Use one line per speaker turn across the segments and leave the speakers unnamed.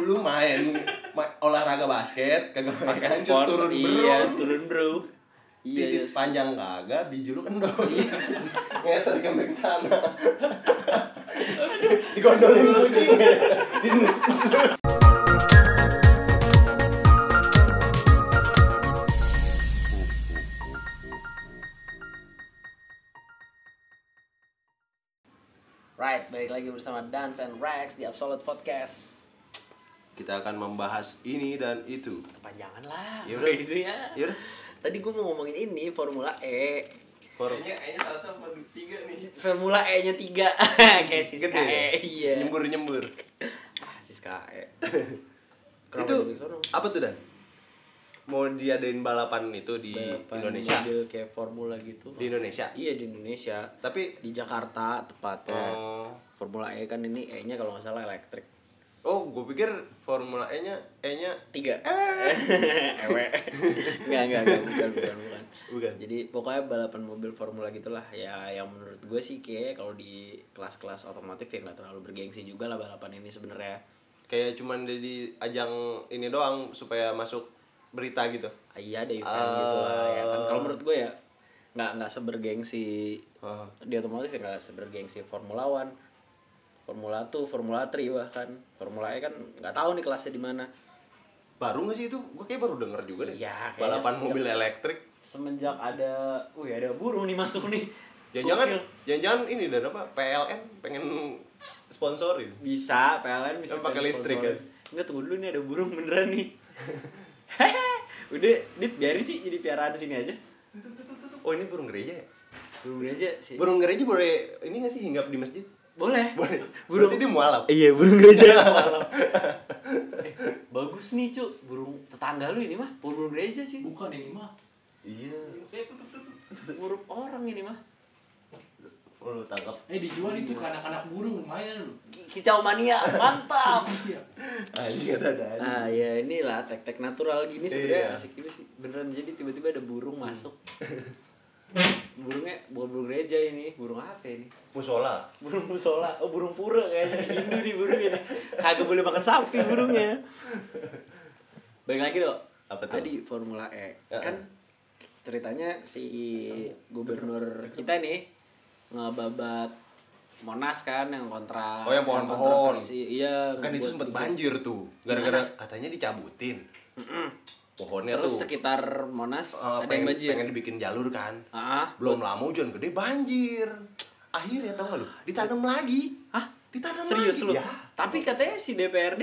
lu main olahraga basket kagak pakai hancur turun bro.
Iya, turun bro. Iya,
titik panjang kagak, biji lu kendor. Ngeser ke bek tanah. Digondolin kucing. Dinus.
Right, balik lagi bersama Dance and Rex di Absolute Podcast.
Kita akan membahas ini dan itu.
Kepanjangan lah.
Yaudah.
Gitu ya.
Yaudah.
Tadi gue mau ngomongin ini Formula E.
Kayaknya satu apa tiga nih.
Formula E-nya 3. Kayak Siska
Gede ya?
E. Iya.
Nyembur.
Siska E.
Itu apa tuh Dan? Mau diadain balapan itu di
Balapan
Indonesia?
mobil kayak Formula gitu.
Di Indonesia?
Iya, di Indonesia.
Tapi
Di Jakarta tepatnya. Formula E kan ini E-nya kalau nggak salah elektrik.
gue pikir Formula E-nya
3. Ewe. Enggak, bukan. Jadi pokoknya balapan mobil Formula gitulah. Ya yang menurut gue sih kayak kalau di kelas-kelas otomotif ya nggak terlalu bergengsi juga lah balapan ini sebenarnya.
kayak cuman di ajang ini doang supaya masuk berita gitu.
Iya, ada event gitu lah ya kan. Kalau menurut gue ya nggak sebergengsi di otomotif ya, nggak sebergengsi Formula One, Formula 2, Formula 3 bahkan. Formula E kan nggak tahu nih kelasnya di mana.
Baru nggak sih itu? Gue kayak baru denger juga deh.
Iya, kayaknya
balapan
semenjak-
mobil elektrik.
Semenjak ada burung nih masuk nih.
Jangan-jangan ini dan apa? PLN pengen sponsorin.
Bisa, PLN bisa
Yang pakai listrik kan?
Enggak, tunggu dulu nih, ada burung beneran nih. Udah, Dit, biarin sih jadi piaraan sini aja.
Oh, ini burung gereja ya?
Burung aja sih.
Burung gereja boleh ini nggak sih hinggap di masjid?
Boleh.
Boleh.
Burung.
Berarti dia mualaf.
Iya, burung gereja malam. Bagus nih, Cuk. Burung tetangga lu ini mah, burung gereja, cuy.
Bukan ini mah.
Iya.
Burung orang ini mah.
Oh, lu tangkap.
Dijual itu ke anak-anak burung lumayan lu.
Kicau mania, mantap.
Iya.
Anjing ada.
Ah ya inilah tek-tek natural gini sebenarnya
Iya.
asik juga sih. Beneran jadi tiba-tiba ada burung masuk. Burungnya burung gereja ini. Burung apa ini?
Musola.
Burung musola. Oh, burung pura kayaknya. Hindu nih burungnya nih. Kagak boleh makan sapi burungnya. Balik lagi dok.
Apa tuh?
Tadi Formula E.
Ya.
Kan ceritanya si gubernur kita nih ngebabat Monas kan yang kontra.
Oh, yang pohon-pohon.
kontroversi. Iya.
Kan itu
buat
sempet
bikin-
banjir tuh. Gara-gara katanya dicabutin. Pohonnya
Terus
tuh.
sekitar Monas ada yang banjir.
pengen dibikin jalur kan.
Ah,
Belum lama hujan gede banjir. Akhirnya tau gak lu? Ditanam lagi.
hah?
Ditanam
Serius lu?
lagi. Ya.
Tapi katanya si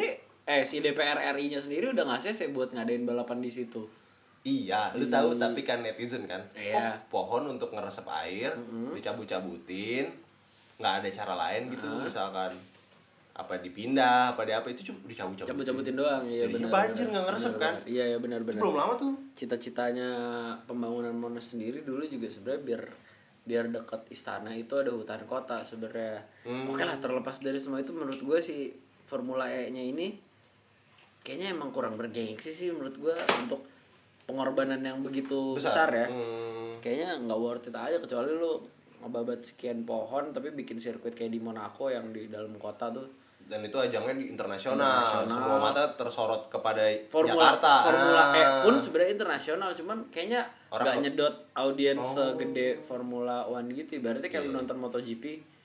DPR RI-nya sendiri udah nggak cc buat ngadain balapan di situ.
Iya, lu tahu tapi kan netizen kan.
Iya.
Pohon untuk ngeresep air dicabut-cabutin. Nggak ada cara lain gitu, misalkan apa dipindah, apa di apa itu cuma dicabut-cabutin.
Cabut-cabutin doang, iya
Jadinya
benar.
banjir nggak ngeresep kan?
Iya ya benar.
Itu belum lama tuh.
Cita-citanya pembangunan Monas sendiri dulu juga sebenarnya biar dekat istana itu ada hutan kota sebenarnya. Oke lah, terlepas dari semua itu menurut gue sih Formula E-nya ini kayaknya emang kurang bergengsi sih menurut gue untuk pengorbanan yang begitu besar ya. Kayaknya nggak worth it aja kecuali lu ngebabat sekian pohon tapi bikin sirkuit kayak di Monaco yang di dalam kota tuh.
Dan itu ajangnya di internasional. Semua mata tersorot kepada
Formula
Jakarta.
E pun sebenarnya internasional, cuman kayaknya
Orang
nggak nyedot audiens segede Formula One gitu. Berarti kayak lu nonton MotoGP.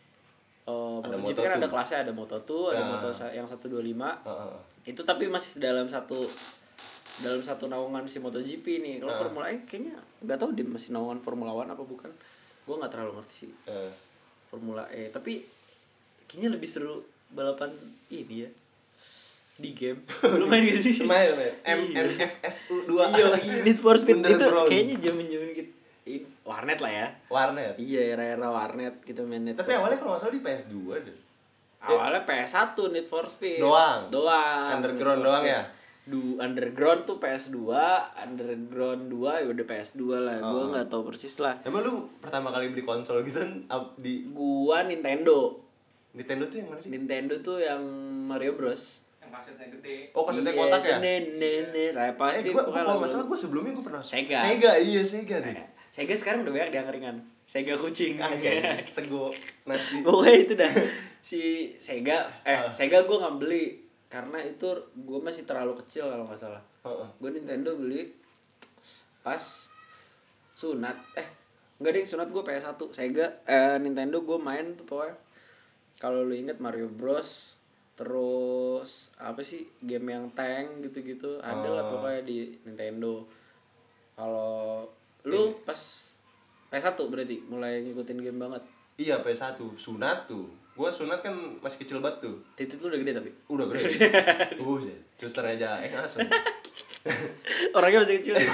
MotoGP kan
Moto2.
ada kelasnya, ada Moto2, ada Moto yang 125. Itu tapi masih dalam satu naungan si MotoGP nih. Kalau Formula E kayaknya nggak tahu dia masih naungan Formula One apa bukan. Gue nggak terlalu ngerti sih Formula E. Tapi kayaknya lebih seru balapan ini ya di game. Lu main gak sih?
Main.
Iya.
MFS2.
Iya, Need for Speed itu
Underground.
kayaknya zaman-zaman gitu. Warnet lah ya.
Warnet.
Iya, era-era warnet kita main Need
Tapi
for
awalnya
Speed.
kalau nggak salah di PS2 deh.
Awalnya PS1 Need for Speed.
Doang.
Need
Underground
for
doang
Speed.
ya?
Underground tuh PS2, Underground 2 ya udah PS2 lah. Gua enggak tahu persis lah.
Emang lu pertama kali beli konsol gitu kan di
Gua Nintendo.
Nintendo tuh yang mana sih?
Nintendo tuh yang Mario Bros.
Yang kasetnya gede.
Oh, kasetnya
Iya,
kotak ya?
Nah, pasti
Gua
pokoknya
kalau
lagu-
masalah gua sebelumnya gua pernah
Sega.
Sega deh.
Sega sekarang udah banyak diangkringan. Sega kucing.
Sego nasi.
Pokoknya itu dah si Sega Sega gue nggak beli karena itu gue masih terlalu kecil kalau nggak salah. Gue Nintendo beli pas sunat, enggak deh, sunat gue PS1. Sega, Nintendo gue main tuh pokoknya. Kalau lu inget Mario Bros, terus apa sih game yang tank gitu-gitu, ada lah pokoknya di Nintendo. Kalau lu pas PS1 berarti mulai ngikutin game banget.
Iya, PS1 sunat tuh. Gua sunat kan masih kecil banget tuh.
Titit lu udah gede tapi.
Udah gede. Suster aja langsung.
Orangnya masih kecil.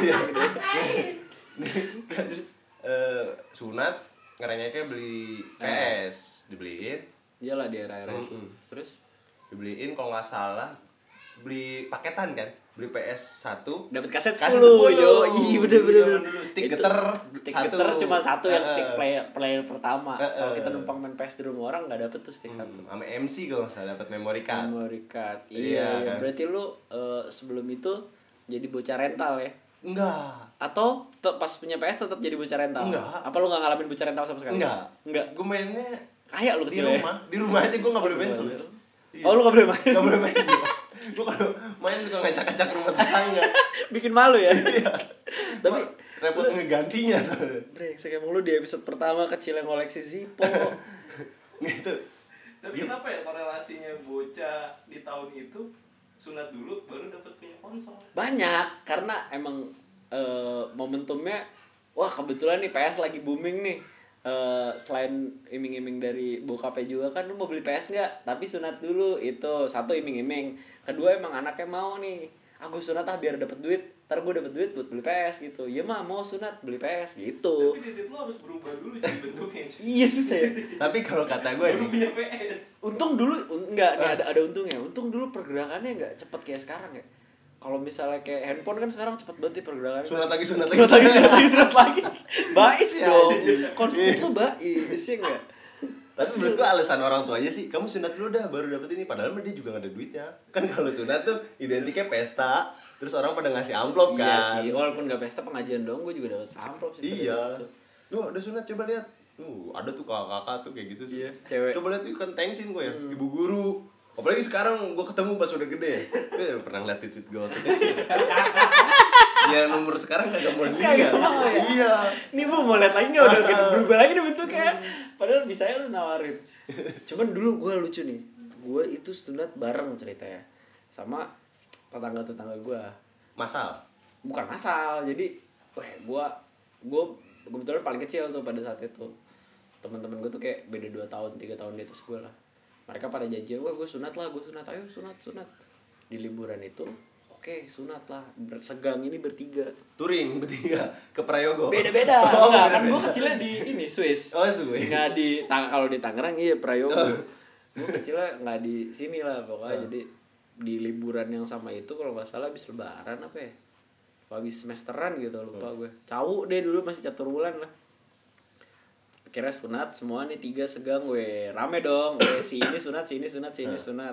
Terus sunat ngerengeknya beli PS, dibeliin.
Iyalah di era-era itu. Terus
Dibeliin kalau nggak salah beli paketan kan, beli PS1
dapat kaset 10.
kaset 10.
Yo, iya bener-bener.
Dulu stick
Itu,
geter
stick
satu.
geter cuma satu yang stick player pertama. Kalau kita
Heeh.
numpang main PS di rumah orang nggak dapet tuh stick satu.
Sama MC kalau nggak salah dapat memory card.
Memory card.
Iya,
Iya,
kan?
berarti lu sebelum itu jadi bocah rental ya?
Enggak.
Atau pas punya PS tetap jadi bocah rental?
Enggak.
Apa lu nggak ngalamin bocah rental sama sekali?
Enggak. Gue mainnya
Kayak lu
di
kecil ya?
rumah. Di rumah aja gue nggak boleh main soalnya.
Oh lu nggak boleh main?
Nggak boleh main. Gue kalau main suka ngacak-ngacak rumah tetangga.
Bikin malu ya?
Iya.
Tapi
repot ngegantinya soalnya.
brengsek emang lu di episode pertama kecil yang ngoleksi Zippo.
Gitu.
Tapi kenapa ya korelasinya bocah di tahun itu sunat dulu baru dapat punya konsol?
Banyak, karena emang momentumnya, wah kebetulan nih PS lagi booming nih. Selain iming-iming dari bokapnya juga kan, lu mau beli PS nggak? Tapi sunat dulu, itu satu iming-iming. Kedua emang anaknya mau nih, aku sunat biar dapet duit, ntar gue dapet duit buat beli PS gitu. Iya mah mau sunat beli PS gitu.
Tapi titik lo harus berubah dulu jadi bentuknya.
Iya susah ya.
Tapi kalau kata gue
Baru
nih,
punya PS.
Untung dulu enggak nih, ada untungnya. Untung dulu pergerakannya enggak cepet kayak sekarang ya. Kalau misalnya kayak handphone kan sekarang cepet banget nih pergerakannya.
sunat lagi.
Sunat lagi. Bais
Ya,
dong.
anjing.
Konsep tuh bais ya enggak?
Tapi menurut gua alasan orang tua aja sih, kamu sunat dulu dah baru dapet ini. Padahal mah dia juga gak ada duitnya. Kan kalau sunat tuh identiknya pesta, terus orang pada ngasih amplop kan.
Iya sih, walaupun enggak pesta pengajian dong, gue juga dapat amplop sih. pada
Iya.
saat itu.
Tuh udah sunat coba lihat. Ada tuh kakak-kakak tuh kayak gitu sih.
Iya, cewek.
Coba lihat ikan thanksin gue ya, ibu guru. Apalagi sekarang gue ketemu pas udah gede. Pernah ngeliat titit gue waktu kecil. Dia nomor sekarang kagak mau dilihat.
Kagak mau ya?
Iya.
Nih Bu mau lihat lagi enggak udah gitu berubah lagi nih bentuknya. Padahal bisa ya lu nawarin. Cuman dulu gue lucu nih. Gue itu sunat bareng ceritanya sama tetangga-tetangga gue.
Masal.
Bukan masal, jadi gue kebetulan paling kecil tuh pada saat itu. Teman-teman gue tuh kayak beda 2 tahun 3 tahun di atas gue lah. Mereka pada janjian, gue sunat lah, ayo sunat. Di liburan itu, oke, sunat lah. Segang ini bertiga.
Touring bertiga ke Prayogo.
Beda-beda.
Oh,
Enggak, kan
beda-beda.
gue kecilnya di ini Swiss.
Oh, Swiss.
Nggak kalau di Tangerang iya Prayogo. Gue kecilnya nggak di sini lah pokoknya. Jadi di liburan yang sama itu kalau nggak salah habis lebaran apa ya? Habis semesteran gitu lupa gue. Cau deh dulu masih catur bulan lah. Akhirnya sunat semua nih 3 segang gue. Rame dong. Si ini sunat, si ini sunat, si ini sunat.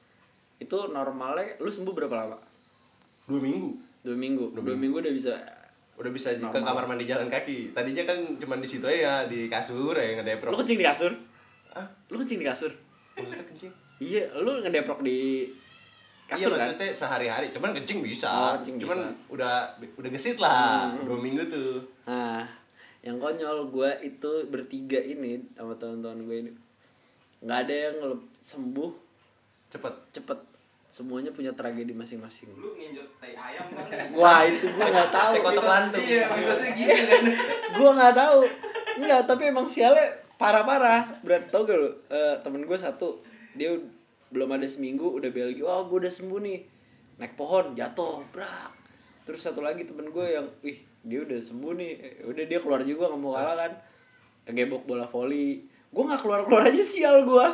Itu normalnya lu sembuh berapa lama?
2 minggu.
2 minggu. 2 minggu udah bisa.
Udah bisa ke kamar mandi jalan kaki. Tadinya kan cuma di situ aja di kasur ya ngedeprok.
Lu kencing di kasur?
Ah,
Lu kencing di kasur?
maksudnya kencing?
Iya, lu ngedeprok di kasur
Iya
kan?
maksudnya sehari-hari, cuman kencing bisa.
Oh, kencing
cuman
bisa.
udah gesit lah. 2 minggu tuh.
Nah, yang konyol gue itu bertiga ini sama teman-teman gue ini nggak ada yang sembuh cepet. Semuanya punya tragedi masing-masing.
Lu nginjek tai ayam kali.
Wah itu gue nggak tahu.
Tai kotak lantung.
Iya, biasanya gitu kan.
Gue nggak tahu. Nggak, tapi emang sialnya parah-parah. Berat tau gak lu? Temen gue satu, dia belum ada seminggu udah belgi. Wah gue udah sembuh nih. Naik pohon jatuh, brak. Terus satu lagi temen gue yang, dia udah sembuh nih. Udah dia keluar juga nggak mau kalah kan. Kegebok bola voli. Gue nggak keluar aja sial gue.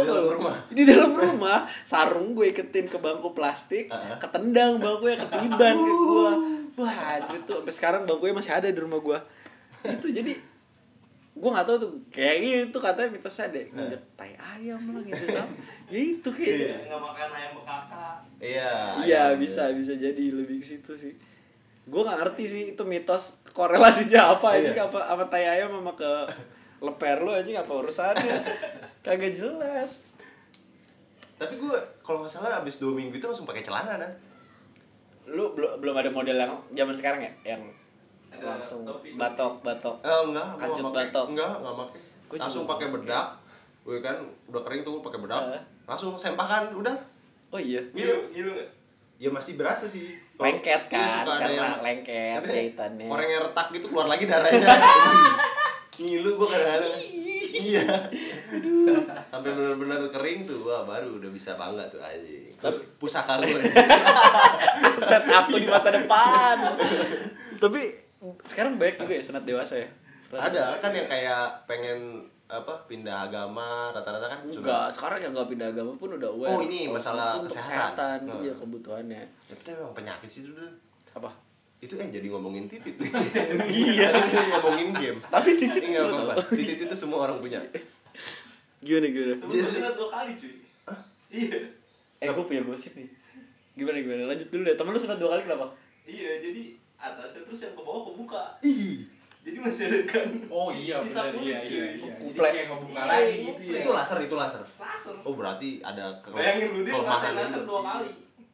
Di dalam rumah sarung gue iketin ke bangku plastik, ketendang bangkunya ketiban ke gue. Wah anjir tuh sampai sekarang bangkunya masih ada di rumah gue. Itu jadi gue nggak tahu tuh kayak gitu katanya mitosnya deh nginjek tai ayam lah gitu kan. Ya itu kayaknya.
Nggak makan ayam bekaka.
Iya bisa jadi lebih ke situ sih. Gue nggak ngerti sih itu mitos korelasinya apa aja apa tai ayam sama ke leper lu aja apa urusannya. Kagak jelas.
Tapi gue kalau nggak salah abis 2 minggu itu langsung pakai celana kan.
Lu belum ada model yang zaman sekarang ya yang
Ada
langsung
topi.
batok.
Enggak, gua
Kancut
nggak pakai.
batok.
Enggak pakai.
Gua
Langsung
cuma
pakai bedak. Gue kan udah kering tuh pakai bedak. Langsung sempakan udah.
Oh iya.
Ngilu nggak?
Ya masih berasa sih.
Lengket
Iya,
kan,
suka ada
karena
yang
lengket jahitannya.
orang yang retak gitu keluar lagi darahnya. Ngilu gue kadang-kadang. Iya. Sampai benar-benar kering tuh, wah baru udah bisa bangga tuh aja. Terus pusaka gue.
Set up di masa depan. Tapi sekarang banyak juga ya sunat dewasa ya.
Ada kan yang kayak pengen pindah agama rata-rata kan
Enggak, sekarang yang nggak pindah agama pun udah aware.
Oh, ini
Kalau
masalah
sunat untuk
kesehatan.
Iya, kebutuhannya.
Ya itu emang penyakit sih dulu.
Apa?
Itu jadi ngomongin titit.
Iya.
Tadi ngomongin game.
Tapi titik
Enggak
sunat
apa-apa.
apa?
Titit itu semua orang punya.
Gimana?
Tapi gue sunat 2 kali cuy. Iya.
Gue punya gosip nih. Gimana? Lanjut dulu deh. Temen lu sunat 2 kali kenapa?
Iya, jadi atasnya terus yang ke bawah kebuka.
Ih,
Jadi masih ada kan.
Oh iya
Sisa
benar
kulit,
iya
cuy.
iya. Jadi
Kuplek.
kayak ngebuka
Iya,
lagi
iya,
gitu ya.
itu laser.
Laser.
Oh, berarti ada
Bayangin lu dia ngerasain
kelemahan
laser
itu.
2 kali.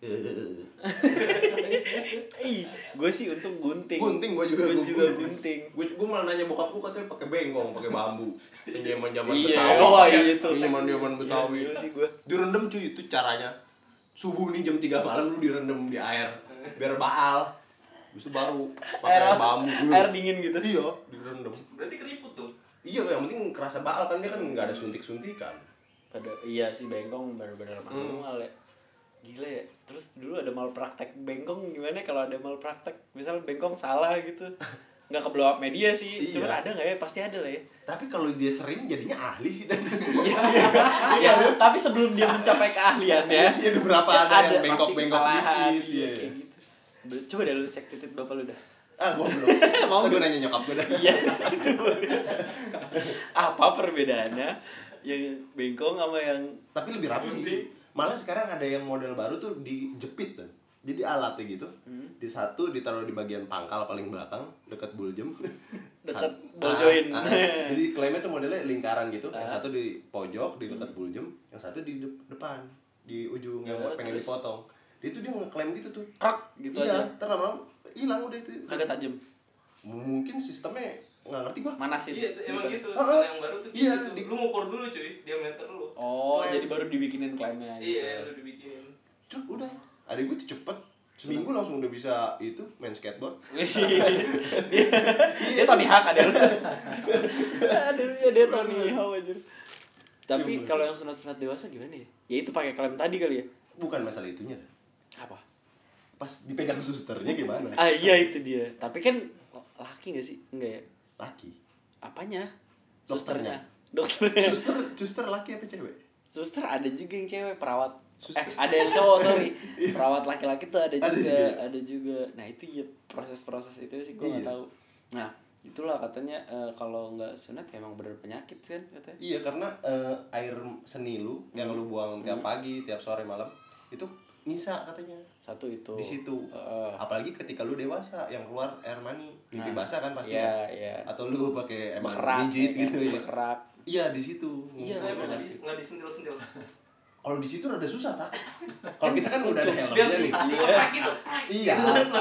Gue sih untung gunting.
Gunting gua juga
gunting.
Gue malah nanya bokap gue katanya pakai bengkong, pakai bambu. Yang zaman
Iya,
Betawi.
oh iya itu.
Zaman Betawi.
Iya, sih gue.
Direndam cuy, itu caranya. Subuh nih jam 3 malam lu direndam di air biar baal. Habis itu baru pakai bambu.
Air dingin gitu.
Iya, direndam.
Berarti keriput tuh.
Iya, yang penting kerasa baal kan dia kan enggak ada suntik-suntikan.
Iya sih bengkong benar-benar manual ya. Gila ya. Terus dulu ada malpraktek bengkong gimana kalau ada malpraktek? Misal bengkong salah gitu. Nggak ke blow up media sih.
Iya.
Cuman ada nggak ya? Pasti ada lah ya.
Tapi kalau dia sering jadinya ahli sih dan.
Iya, tapi sebelum dia mencapai keahlian ya.
Iya sih ada berapa
kan
ada yang
pasti
bengkok-bengkok
kesalahan,
dikit.
iya, kayak gitu. Coba deh lu cek titik bapak lu dah.
Gua belum.
Mau
Gue nanya nyokap gue dah.
Iya. Apa perbedaannya yang bengkong sama yang
Tapi lebih rapi sih. Malah sekarang ada yang model baru tuh dijepit kan. Jadi alatnya gitu. Di satu ditaruh di bagian pangkal paling belakang dekat buljem.
dekat ball joint.
Jadi klaimnya tuh modelnya lingkaran gitu. Yang satu di pojok di dekat buljem, yang satu di depan di ujung yang pengen
terus?
dipotong. Dia tuh dia ngeklaim gitu tuh.
Krak gitu
Iya,
aja.
ntar lama-lama hilang udah itu.
Kagak tajam.
Mungkin sistemnya nggak ngerti gua.
Manasin.
Iya, emang gitu.
Ah,
Kalau yang baru tuh
iya,
gitu. Lu ngukur dulu cuy, diameter lu.
Oh,
Klaim.
jadi baru dibikinin klaimnya gitu.
Iya, lu dibikinin.
Cuk, udah. Adik gue tuh cepet. Seminggu langsung udah bisa itu main skateboard.
Dia Tony Hawk ada. Aduh, ya dia Tony Hawk aja. Tapi kalau yang sunat-sunat dewasa gimana ya? Ya itu pakai klaim tadi kali ya.
Bukan masalah itunya.
Apa?
Pas dipegang susternya gimana?
Ah iya itu dia. Tapi kan laki nggak sih? Enggak ya?
Laki.
Apanya?
Dokternya.
Dokternya.
Suster laki apa cewek?
Suster ada juga yang cewek perawat.
Suster.
Ada yang cowok sorry. Perawat laki-laki tuh ada
Ada
juga,
juga.
ada juga. Nah itu ya proses-proses itu sih gue nggak
Iya.
tahu. Nah itulah katanya kalau nggak sunat ya emang bener penyakit kan katanya.
Iya karena air seni lu yang lu buang tiap pagi, tiap sore malam itu nyisa katanya
Satu itu.
di situ. Apalagi ketika lu dewasa yang keluar air mani, pipi
Nah,
basah kan pasti.
iya,
kan?
iya.
Atau lu pakai emang
Bekerak,
digit
ya kan?
gitu ya.
Bekerak.
Iya di situ.
Iya,
Nah, emang nggak disentil-sentil.
Kalau di situ rada susah tak? Kalau kita kan udah ada
Biar
helmnya nih.
dikeprek gitu.
Iya.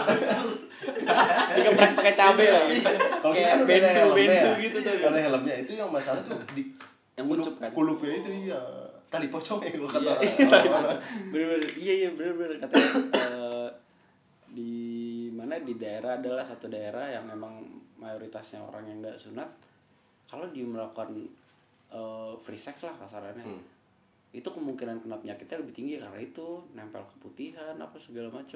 Dikeprek pakai cabai lah.
Kalau kita
Kayak
kan udah ada helmnya
bensu
ya.
gitu tuh.
Ada helmnya itu yang masalah tuh di
Yang kuncup kan?
Kulupnya itu iya. Tali pocong ya kalau kata.
Bener-bener iya bener-bener katanya di mana di daerah adalah satu daerah yang memang mayoritasnya orang yang nggak sunat kalau dia melakukan free sex lah kasarannya itu kemungkinan kena penyakitnya lebih tinggi karena itu nempel keputihan apa segala macam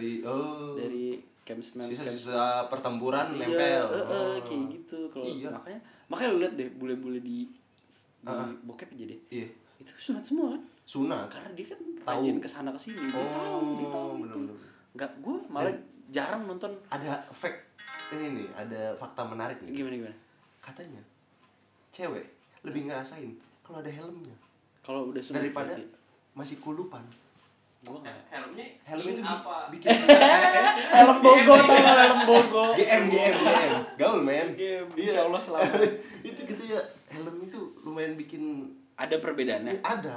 dari chemsman
sisa pertempuran
iya,
nempel.
kayak gitu kalau
Iya.
makanya lu lihat deh bule-bule di bokep aja deh
Iya.
itu sunat semua kan
Sunat.
karena dia kan
Tahu.
rajin kesana kesini dia tahu itu
bener-bener.
nggak gue malah jarang nonton
Ada fact ini nih, ada fakta menarik nih.
gimana
Katanya cewek lebih ngerasain kalau ada helmnya
kalau udah sunat
daripada
berarti.
masih kulupan.
Gua nggak
Helm itu
apa?
bikin
helm bogo tau nggak helm bogo
GM gaul men.
insya Allah selamat
Itu gitu ya, helm itu lumayan bikin
ada perbedaannya
ada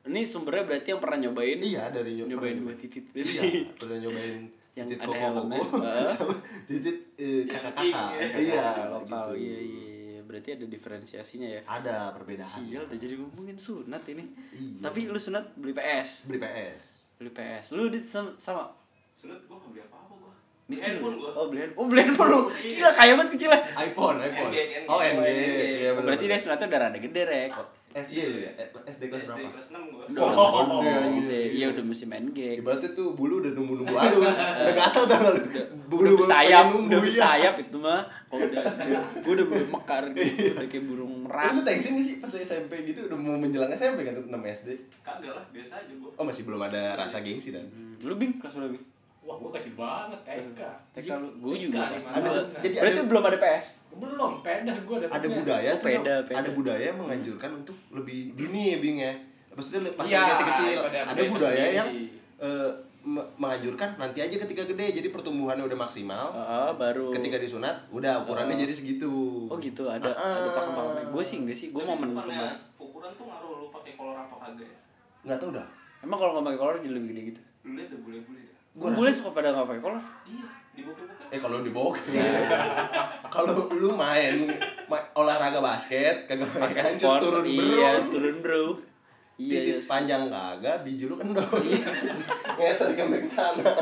Ini sumbernya berarti yang pernah nyobain.
Iya, dari
nyobain buat titit.
Iya, pernah nyobain
yang
titit
ada
koko-koko sama titit kakak-kakak. Iya,
lokal.
gitu.
Iya. Berarti ada diferensiasinya ya.
Ada perbedaan.
Sial, udah jadi ngomongin sunat ini.
Iya.
Tapi lu sunat beli PS.
Beli PS.
Lu sama
Sunat gua nggak beli apa-apa gua.
miskin.
Handphone gua.
Beli handphone lu. Gila kaya banget kecilnya.
iPhone.
NG.
Oh, NG.
Iya,
bener,
berarti
bener.
dia sunatnya udah rada gede, Rek.
SD lu ya? SD kelas
SD
berapa?
kelas 6 gua.
Iya, udah musim main game.
Ibaratnya tuh bulu udah nunggu halus. Udah gatal tau gak lu?
Udah bersayap,
pengen
udah
iya.
bersayap itu mah. Kalau gua udah mekar gitu, udah kayak burung
Lu
merak.
tensin gak sih pas SMP gitu udah mau menjelang SMP kan 6 SD?
Kagak lah, biasa aja gua.
Oh masih belum ada rasa gengsi dan.
Lu Bing, kelas berapa, Bing?
Wah, gua kecil banget TK.
TK lu, gua juga.
TK,
Ada jadi
Berarti belum ada PS.
belum peda gua
ada budaya
Oh,
tuh,
peda.
ada budaya yang menganjurkan untuk lebih dini ya Bing ya. Maksudnya pas
Iya,
masih kecil
pada
ada
budaya
budaya
tersendiri.
yang menganjurkan nanti aja ketika gede jadi pertumbuhannya udah maksimal.
Baru.
Ketika disunat udah ukurannya jadi segitu.
Oh gitu, ada pakem-pakemnya. Gue sih enggak sih, gue mau menentu
bukannya
banget.
ukuran tuh ngaruh lu pakai kolor apa kagak ya?
Nggak tahu dah.
Emang kalau nggak pakai kolor jadi lebih gede gitu?
Lu lihat udah bule-bule dah.
Gua
Boleh
rasa-
suka pada nggak pakai kolor?
Iya, dibuka-buka.
Kalau dibawa kalau lu main olahraga basket kagak pakai
Pakai
hancur
sport,
turun bro.
iya turun bro.
Titit
Iya,
panjang kagak, biji lu kendor. Ngeser ke beng tanah.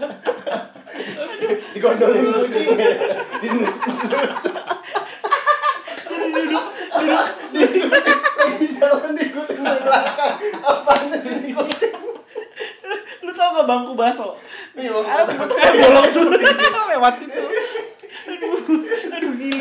Digondolin kucing. Dinus. Lagi jalan diikutin dari belakang. Apaan sih ini kucing?
Lu tau gak bangku baso?
Iya, bangku baso.
Kayak bolong tuh lewat situ. Aduh gini.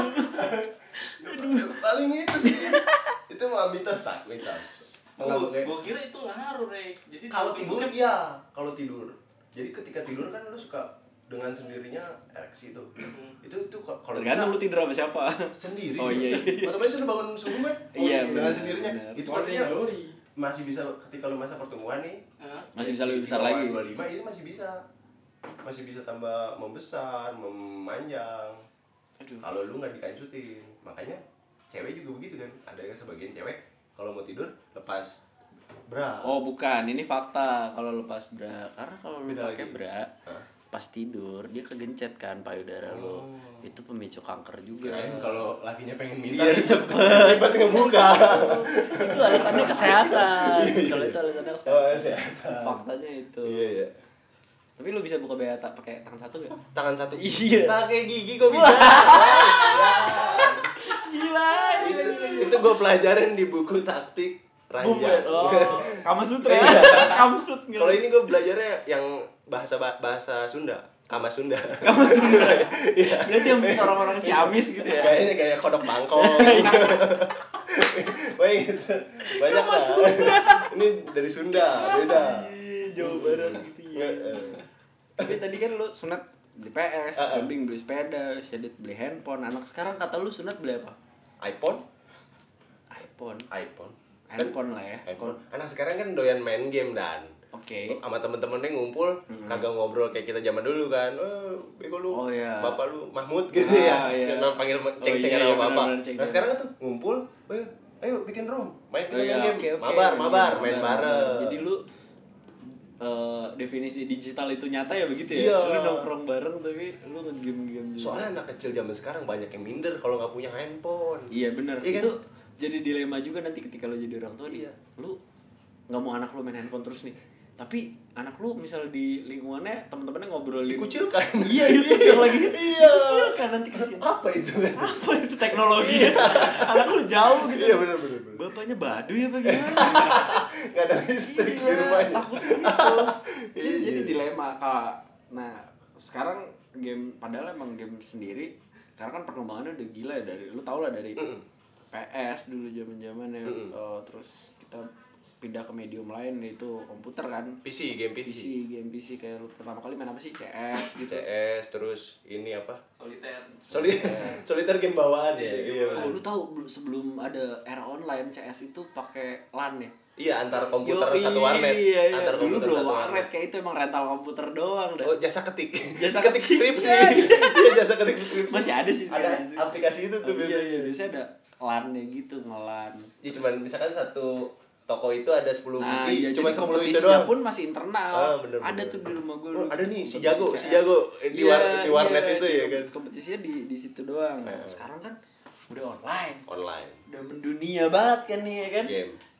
Paling itu sih. Itu mah mitos tak, mitos.
Gua kira itu ngaruh, Rek. Jadi
Kalau tidur
dibuka-
iya, kalau tidur. Jadi ketika tidur kan lu suka dengan sendirinya ereksi tuh. Itu kalau
Tergantung lu
bisa
tidur sama siapa.
sendiri.
Oh, iya.
Otomatis lu bangun subuh kan?
Iya,
dengan
benar,
sendirinya.
benar.
Itu
Warnanya
artinya
dori.
masih bisa ketika lu masa pertumbuhan nih.
Hah?
Masih bisa lebih besar
di bawah
lagi.
25 itu masih bisa. Masih bisa tambah membesar, memanjang.
Aduh.
Kalau lu nggak dikancutin. Makanya cewek juga begitu kan. Ada yang sebagian cewek kalau mau tidur lepas bra.
Oh bukan, ini fakta kalau lepas bra. Karena kalau lu
Beda
pakai
lagi.
bra,
Hah?
pas tidur dia kegencet kan payudara lu.
Oh.
Itu pemicu kanker juga.
Kirain kalau lakinya pengen minta
Biar cepet.
ribet ngebuka.
Itu alasannya kesehatan. Kalau itu alasannya
Oh,
kesehatan.
kesehatan.
Faktanya itu.
Iya, iya.
Tapi lu bisa buka BH pakai tangan satu gak?
Tangan satu.
Iya.
Pakai gigi kok bisa.
Gila,
Itu gue pelajarin di buku taktik ranjang.
Oh, Kama Sutra.
Iya.
Kamsut gitu.
Kalau ini gue belajarnya yang bahasa Sunda, Kama Sunda.
Kama Sutra. Berarti yang bikin orang-orang Ciamis gitu ya.
Kayaknya kayak kodok bangkong. Banyak gitu. Banyak
Kama
lah.
Sunda.
Ini dari Sunda, beda.
Jawa Barat gitu ya. Tapi tadi kan lu sunat beli PS, Bing beli sepeda, Syedit beli handphone. Anak sekarang kata lu sunat beli apa?
iPhone,
iPhone. Handphone lah ya.
handphone. Anak sekarang kan doyan main game dan
Oke.
sama temen-temennya ngumpul, kagak ngobrol kayak kita zaman dulu kan. Bego lu,
Oh, iya.
bapak lu Mahmud gitu
Ah,
ya.
iya.
Jangan panggil ceng-cengan
iya,
sama bapak.
benar-benar
Nah
ceng-cengan.
sekarang tuh ngumpul, ayo bikin room, main kita
Oh, iya,
main game,
oke.
mabar, main bareng.
Jadi lu definisi digital itu nyata ya begitu
Iya.
ya? Lu nongkrong bareng tapi lu nge-game juga.
Soalnya anak kecil zaman sekarang banyak yang minder kalau nggak punya handphone.
Iya benar.
Iya kan?
Itu jadi dilema juga nanti ketika lu jadi orang tua nih.
Iya.
Lu nggak mau anak lu main handphone terus nih. Tapi anak lu misal di lingkungannya teman-temannya ngobrolin.
Dikucilkan.
Iya YouTube yang lagi hits.
Iya.
Dikucilkan nanti kasihan.
Apa itu kan?
Apa itu teknologi? Anak lu jauh gitu.
Iya benar.
Bapaknya Baduy apa gimana?
Nggak ada listrik di rumahnya.
Takut gitu.
Iya,
Jadi
iya.
dilema. Nah, sekarang game padahal emang game sendiri. Karena kan perkembangannya udah gila ya dari lu tau lah dari PS dulu zaman-zamannya. Terus kita pindah ke medium lain yaitu komputer kan.
PC, game PC.
game PC kayak lu pertama kali main apa sih? CS gitu.
CS terus ini apa?
Soliter.
Soliter game bawaan ya.
Iya,
Iya.
Oh, lu tahu sebelum ada era online CS itu pakai LAN ya?
Iya antar komputer
Yoi,
satu warnet.
iya.
Antar
Dulu
komputer
belum
satu
warnet kayak itu emang rental komputer doang dah.
Oh, jasa ketik.
Jasa
ketik
ketik.
skripsi.
Iya,
Iya, jasa ketik skripsi.
Masih ada sih
Ada
sekarang.
aplikasi itu tuh
Iya,
biasanya.
iya, biasanya ada LAN-nya gitu, ngelan.
Ya cuman misalkan satu toko itu ada 10 misi,
iya,
cuma
jadi
10 itu
kompetisinya
doang.
pun masih internal.
Bener,
ada
bener.
tuh di rumah gue.
Oh, ada nih si
kompetisi
jago
CS.
di warnet itu ya kan.
Kompetisinya di situ doang. Sekarang kan udah online.
Online.
Udah mendunia banget kan nih ya kan.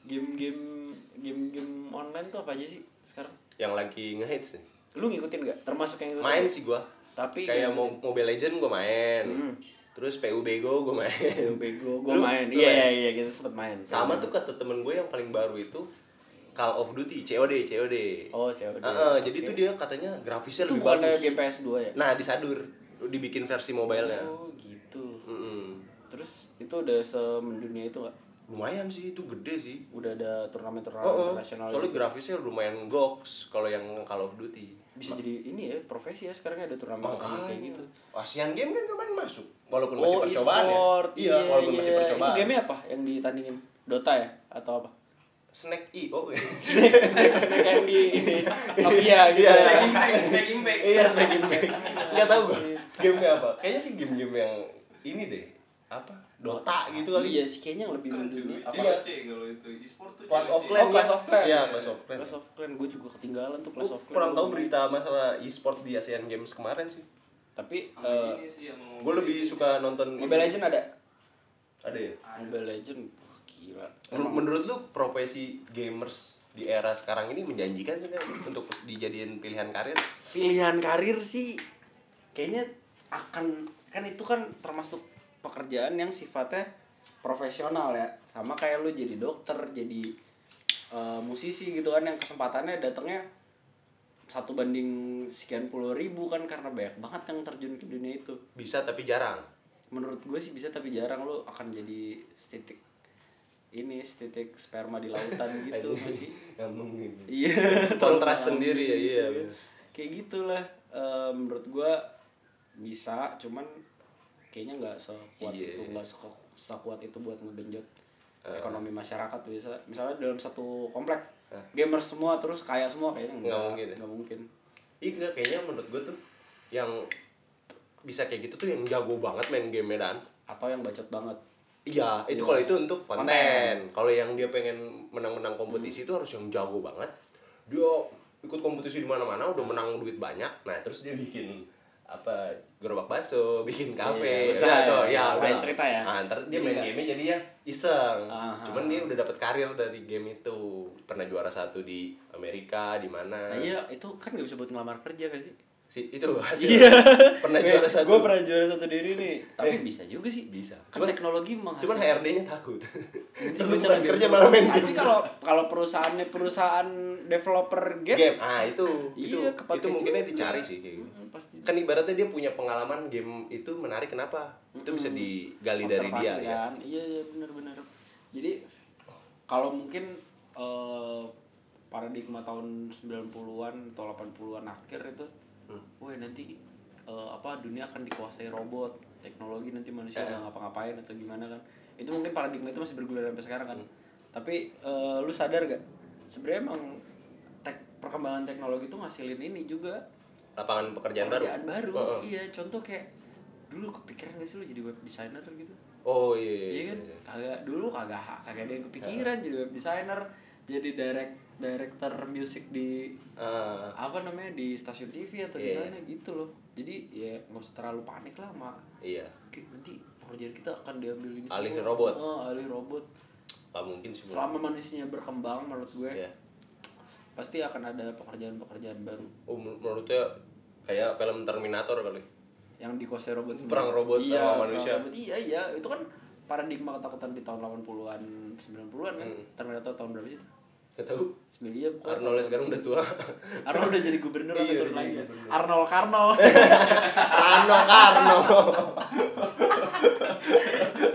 Game online tuh apa aja sih sekarang?
Yang lagi nge-hits nih.
Lu ngikutin gak? Termasuk yang ngikutin?
Main sih gua.
Tapi
kayak Mobile Legend gua main. Terus PUBG gua main.
PUBG gua main. Iya kita sempet main.
Sama tuh kata temen gue yang paling baru itu Call of Duty, COD.
Oh, COD.
Jadi tuh dia katanya grafisnya
itu
lebih
bukan
bagus.
game PS2 ya?
Nah, disadur. Dibikin versi mobile-nya.
Oh, gitu. Terus itu udah semendunia itu gak?
Lumayan sih, itu gede sih.
Udah ada turnamen-turnamen internasional.
Soalnya
gitu.
grafisnya lumayan goks kalau yang Call of Duty.
Bisa jadi ini ya, profesi ya sekarang ada turnamen kayak gitu.
Asian Game kan kemarin masuk. Walaupun masih percobaan
e-sport.
ya. Iya, walaupun masih percobaan.
Itu game apa yang ditandingin? Dota ya atau apa?
Snack IO.
Snack yang di ini. Nokia gitu.
Snack Impact.
Iya, Snack Impact. Enggak tahu gua game-nya apa. Kayaknya sih game-game yang ini deh. Apa? Dota gitu kali.
Iya sih kayaknya yang lebih mendunia.
Iya, kalau itu e-sport tuh
Clash of
COD.
Clans.
Clash of Clans.
Iya, Clash of Clans.
Clash of Clans gue juga ketinggalan tuh Clash of Clans.
Kurang tahu berita masalah e-sport di Asian Games kemarin sih.
Tapi
Ini sih yang
Gue lebih suka nonton
Mobile Legend ada?
Ada ya?
Mobile Legend wah, gila.
Menurut lu profesi gamers di era sekarang ini menjanjikan sih kan untuk dijadiin pilihan karir?
Pilihan karir sih kayaknya akan kan itu kan termasuk pekerjaan yang sifatnya profesional ya. Sama kayak lu jadi dokter, jadi musisi gitu kan yang kesempatannya datangnya 1 banding sekian puluh ribu kan karena banyak banget yang terjun ke dunia itu.
Bisa tapi jarang.
Menurut gue sih bisa tapi jarang. Lu akan jadi setitik sperma di lautan gitu masih.
Ngomongin.
Iya,
Kontras sendiri ya, iya.
Kayak gitulah. Menurut gue bisa, cuman kayaknya nggak sekuat itu, nggak sekuat itu buat ngegenjot ekonomi masyarakat bisa. Misalnya dalam satu komplek gamer semua terus kaya semua kayaknya nggak mungkin.
Iya kayaknya menurut gue tuh yang bisa kayak gitu tuh yang jago banget main game Medan.
Atau yang bacot banget.
Iya, itu kalau itu untuk konten. Kalau yang dia pengen menang-menang kompetisi itu harus yang jago banget. Dia ikut kompetisi di mana-mana udah menang duit banyak. Nah, terus dia bikin apa gerobak bakso, bikin kafe,
main cerita ya.
Nah, ntar dia main game jadi ya iseng. Cuman dia udah dapat karir dari game itu. Pernah juara 1 di Amerika, di mana.
Nah, iya, itu kan nggak bisa buat ngelamar kerja kan sih?
Itu hasil.
Iya.
Pernah juara 1.
Gue pernah juara 1 diri nih. Tapi bisa juga sih.
Bisa.
Kan teknologi menghasilkan.
Cuman HRD-nya takut.
Terus
kerja malah main
tapi
game.
kalau perusahaan developer game
itu
kepake
mungkinnya
juga.
dicari sih kayak gitu.
Pasti.
Kan ibaratnya dia punya pengalaman game itu menarik kenapa? Itu bisa digali dari dia
kan? Iya benar. Jadi kalau mungkin paradigma tahun 90-an atau 80-an akhir itu woi nanti dunia akan dikuasai robot, teknologi nanti manusia nggak ngapa-ngapain atau gimana kan. Itu mungkin paradigma itu masih bergulir sampai sekarang kan. Tapi lu sadar gak sebenarnya emang perkembangan teknologi itu ngasilin ini juga
lapangan pekerjaan baru.
Iya, contoh kayak dulu kepikiran gak sih lu jadi web designer gitu?
Oh iya
kan? Kagak ada yang kepikiran jadi web designer, jadi director musik di di stasiun TV atau di mana gitu loh. Jadi ya nggak usah terlalu panik lah nanti pekerjaan kita akan diambil ini
alih
semua.
robot.
Alih robot.
Gak mungkin sih.
Selama manusia berkembang menurut gue
Iya.
pasti akan ada pekerjaan baru.
Menurutnya kayak film Terminator kali.
Yang dikuasai robot semua.
Perang robot sama manusia.
Iya, itu kan paradigma ketakutan di tahun 80-an, 90-an kan. Terminator tahun berapa sih itu?
Gak tahu.
Iya,
Arnold sekarang udah tua.
Arnold udah jadi gubernur atau turun lagi.
Gubernur.
Arnold Karno.
Rano Karno.